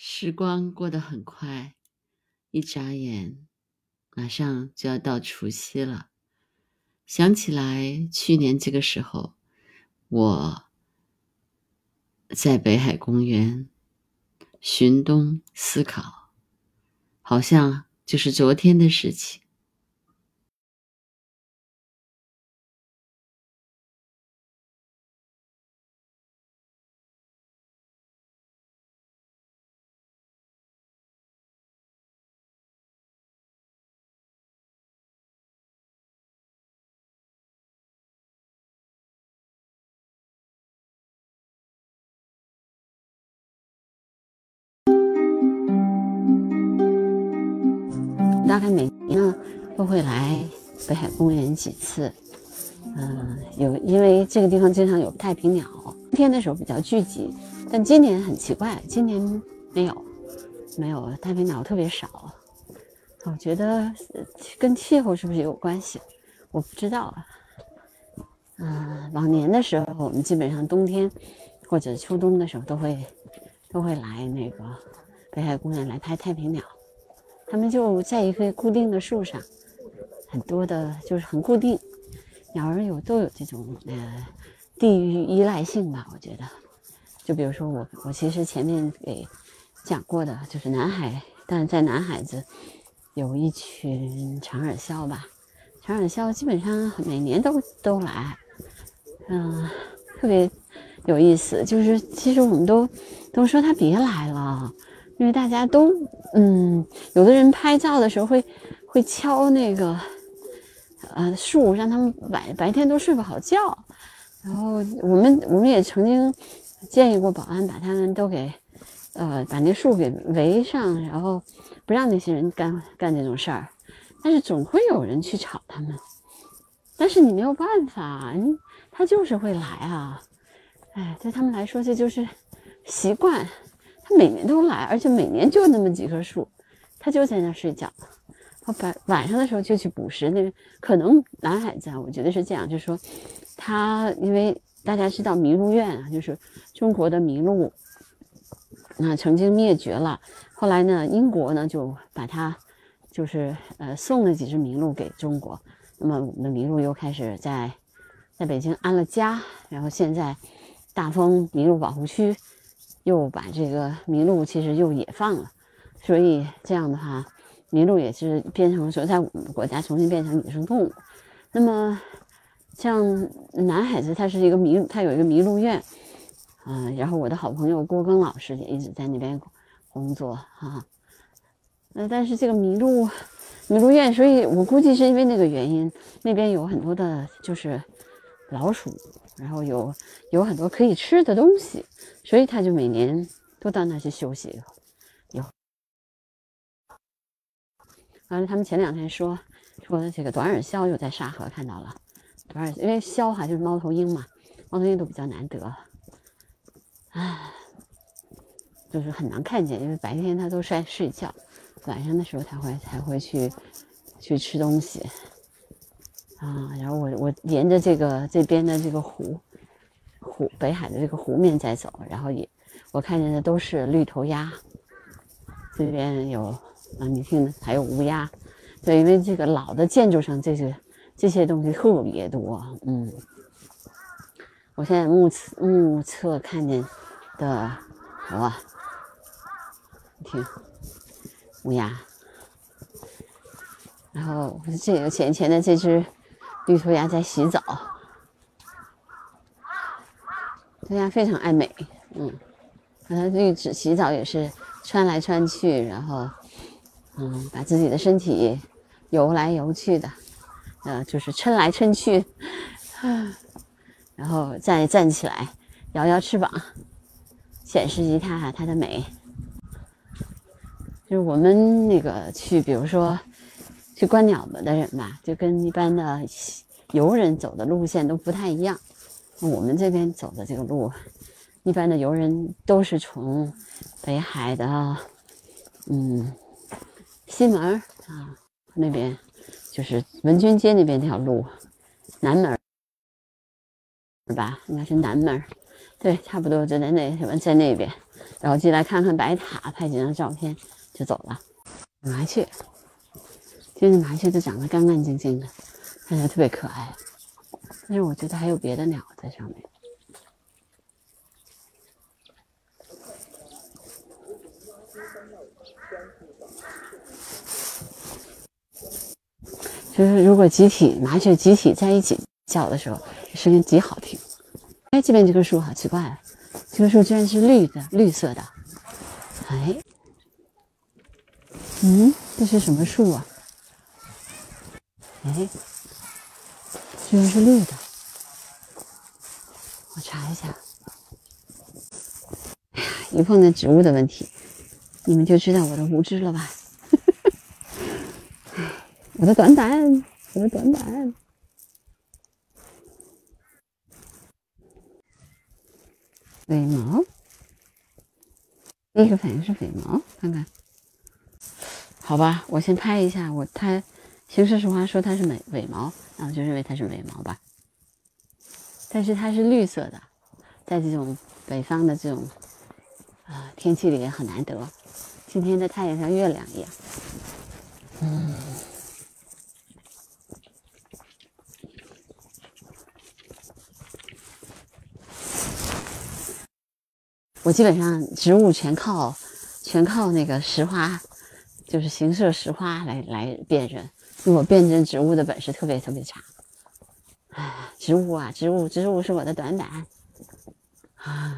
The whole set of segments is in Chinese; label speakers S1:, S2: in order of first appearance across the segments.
S1: 时光过得很快，一眨眼，马上就要到除夕了。想起来，去年这个时候，我在北海公园寻冬思考，好像就是昨天的事情。大概每年呢都会来北海公园几次，因为这个地方经常有太平鸟，冬天的时候比较聚集，但今年很奇怪，今年没有太平鸟特别少，我觉得跟气候是不是有关系？我不知道啊。往年的时候，我们基本上冬天或者秋冬的时候都会来那个北海公园来拍太平鸟。他们就在一棵固定的树上，很多的就是很固定，鸟儿都有这种地域依赖性吧，我觉得。就比如说我其实前面给讲过的，就是南海，但是在南海子有一群长耳鸮吧，长耳鸮基本上每年都来，特别有意思。就是其实我们都说他别来了。因为大家都，有的人拍照的时候会敲那个，树，让他们白天都睡不好觉。然后我们也曾经建议过保安把他们都给，把那树给围上，然后不让那些人干这种事儿。但是总会有人去吵他们，但是你没有办法，他就是会来啊。对他们来说这就是习惯。他每年都来，而且每年就那么几棵树，他就在那睡觉。晚上的时候就去捕食。那可能南海子我觉得是这样，就是说他因为大家知道麋鹿苑啊，就是中国的麋鹿，曾经灭绝了。后来呢，英国呢就把它就是送了几只麋鹿给中国。那么我们的麋鹿又开始在北京安了家，然后现在大丰麋鹿保护区又把这个麋鹿其实又野放了，所以这样的话，麋鹿也是变成说在我们国家重新变成野生动物。那么像南海子，它是一个它有一个麋鹿苑，然后我的好朋友郭庚老师也一直在那边工作啊。但是这个麋鹿苑，所以我估计是因为那个原因，那边有很多的就是老鼠，然后有很多可以吃的东西，所以他就每年都到那去休息。完了，他们前2天说这个短耳鸮又在沙河看到了，因为鸮就是猫头鹰嘛，猫头鹰都比较难得，就是很难看见，因为白天它都在睡觉，晚上的时候才会去吃东西然后我沿着这边的这个湖北海的这个湖面在走，然后我看见的都是绿头鸭，这边有你听还有乌鸦。对，因为这个老的建筑上这些东西特别多。我现在目测看见的你听乌鸦，然后这个前的这只绿头鸭在洗澡，这鸭非常爱美。它洗澡也是穿来穿去，然后把自己的身体游来游去的，就是抻来抻去，然后再站起来，摇摇翅膀，显示一下它的美。就是我们那个比如说去观鸟的人吧，就跟一般的游人走的路线都不太一样。我们这边走的这个路，一般的游人都是从北海的西门那边，就是文君街那边这条路，南门吧，应该是南门，对，差不多就在那边。 然后进来看看白塔，拍几张照片就走了。麻雀，今天的麻雀都长得干干净净的，看起来特别可爱。但是我觉得还有别的鸟在上面。就是如果麻雀集体在一起叫的时候，声音极好听。哎，这边这棵树好奇怪啊，这棵树居然是绿色的。哎，这是什么树啊？哎，居然是绿的。我查一下。哎呀，一碰到植物的问题，你们就知道我的无知了吧？我的短板。尾毛，第一个反应是尾毛，看看。好吧，我先拍一下，它形式实话说它是尾毛，那我就认为它是尾毛吧。但是它是绿色的，在这种北方的这种天气里也很难得。今天的太阳像月亮一样。我基本上植物全靠那个石花，就是形色石花来辨认，因为我辨认植物的本事特别特别差。植物是我的短板啊。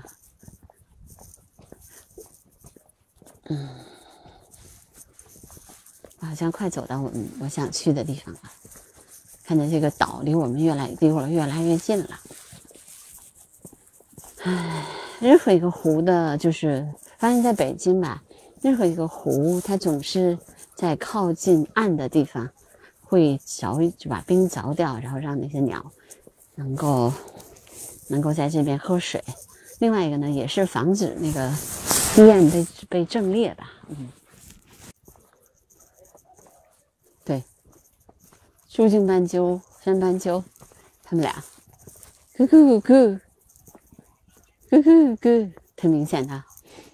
S1: 我好像快走到我想去的地方了，看着这个岛离我越来越近了。任何一个湖的，就是发现在北京吧，任何一个湖，它总是在靠近岸的地方会就把冰凿掉，然后让那些鸟能够在这边喝水。另外一个呢，也是防止那个堤岸被震裂吧。对，树茎斑鸠、山斑鸠，他们俩，咕咕咕。咯咯咯，挺明显的，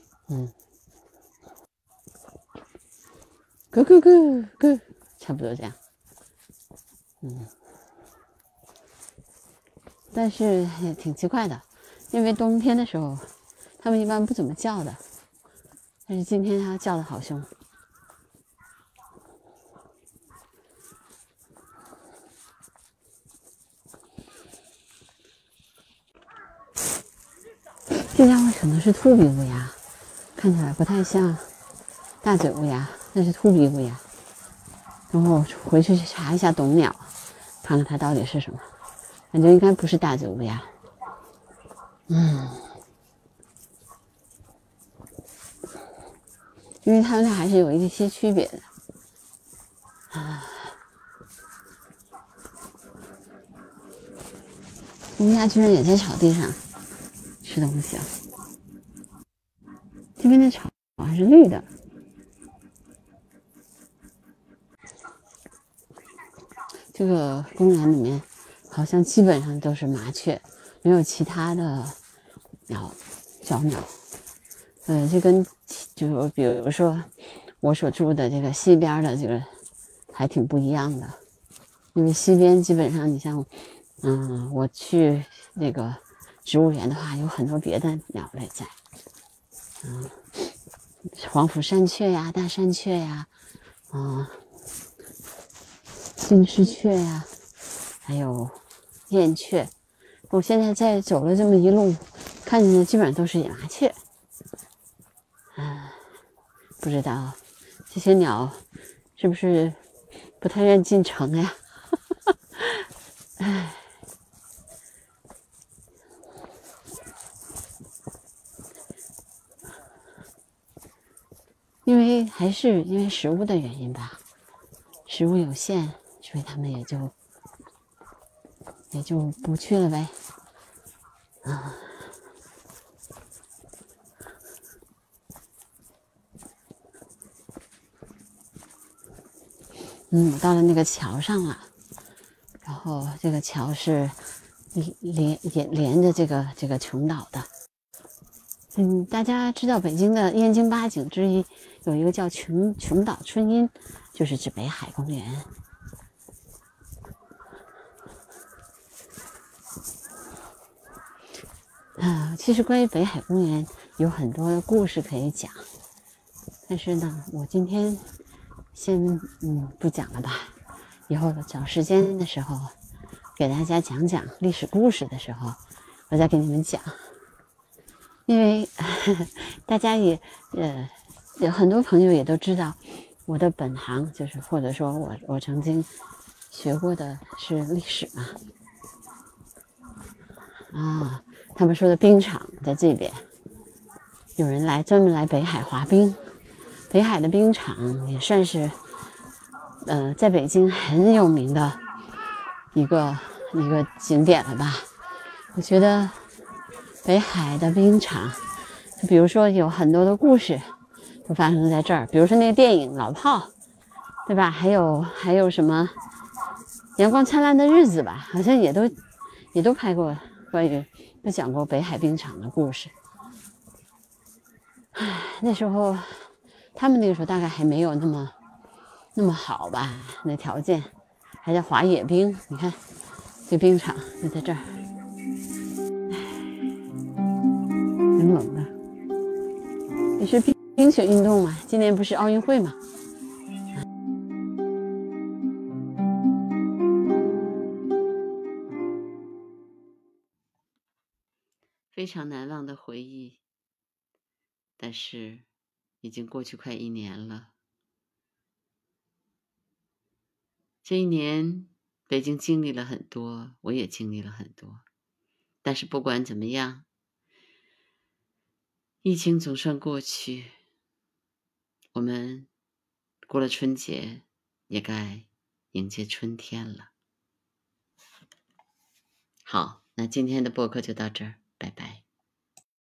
S1: 咯咯咯咯，差不多这样，但是也挺奇怪的，因为冬天的时候，它们一般不怎么叫的，但是今天它叫的好凶。这家伙可能是秃鼻乌鸦，看起来不太像大嘴乌鸦，那是秃鼻乌鸦。然后回去查一下懂鸟，看看它到底是什么，感觉应该不是大嘴乌鸦。因为它们俩还是有一些区别的。乌鸦居然也在草地上吃东西啊！这边的草还是绿的。这个公园里面好像基本上都是麻雀，没有其他的小鸟。这跟就比如说我所住的这个西边的这个还挺不一样的，因为西边基本上你像我去那个植物园的话，有很多别的鸟类在，黄腹山雀呀、大山雀呀，金丝雀呀，还有燕雀。我现在在走了这么一路，看见的基本上都是野麻雀。不知道这些鸟是不是不太愿进城呀？还是因为食物的原因吧，食物有限，所以他们也就不去了呗。我到了那个桥上了，然后这个桥是连着这个琼岛的。 大家知道北京的燕京八景之一有一个叫琼岛春阴，就是指北海公园。其实关于北海公园有很多的故事可以讲，但是呢，我今天先不讲了吧，以后找时间的时候给大家讲讲历史故事的时候，我再给你们讲。因为大家也有很多朋友也都知道我的本行就是或者说我曾经学过的是历史嘛。他们说的冰场在这边，有人专门来北海滑冰。北海的冰场也算是在北京很有名的一个景点了吧。我觉得北海的冰场，就比如说有很多的故事都发生在这儿，比如说那个电影《老炮》，对吧？还有什么《阳光灿烂的日子》吧，好像也都拍过都讲过北海冰场的故事。那时候他们那个时候大概还没有那么好吧，那条件还在滑野冰。你看这冰场就在这儿，挺冷的，也是冰雪运动嘛，今年不是奥运会嘛。非常难忘的回忆，但是已经过去快1年了。这1年，北京经历了很多，我也经历了很多。但是不管怎么样，疫情总算过去，我们过了春节，也该迎接春天了。好，那今天的播客就到这儿。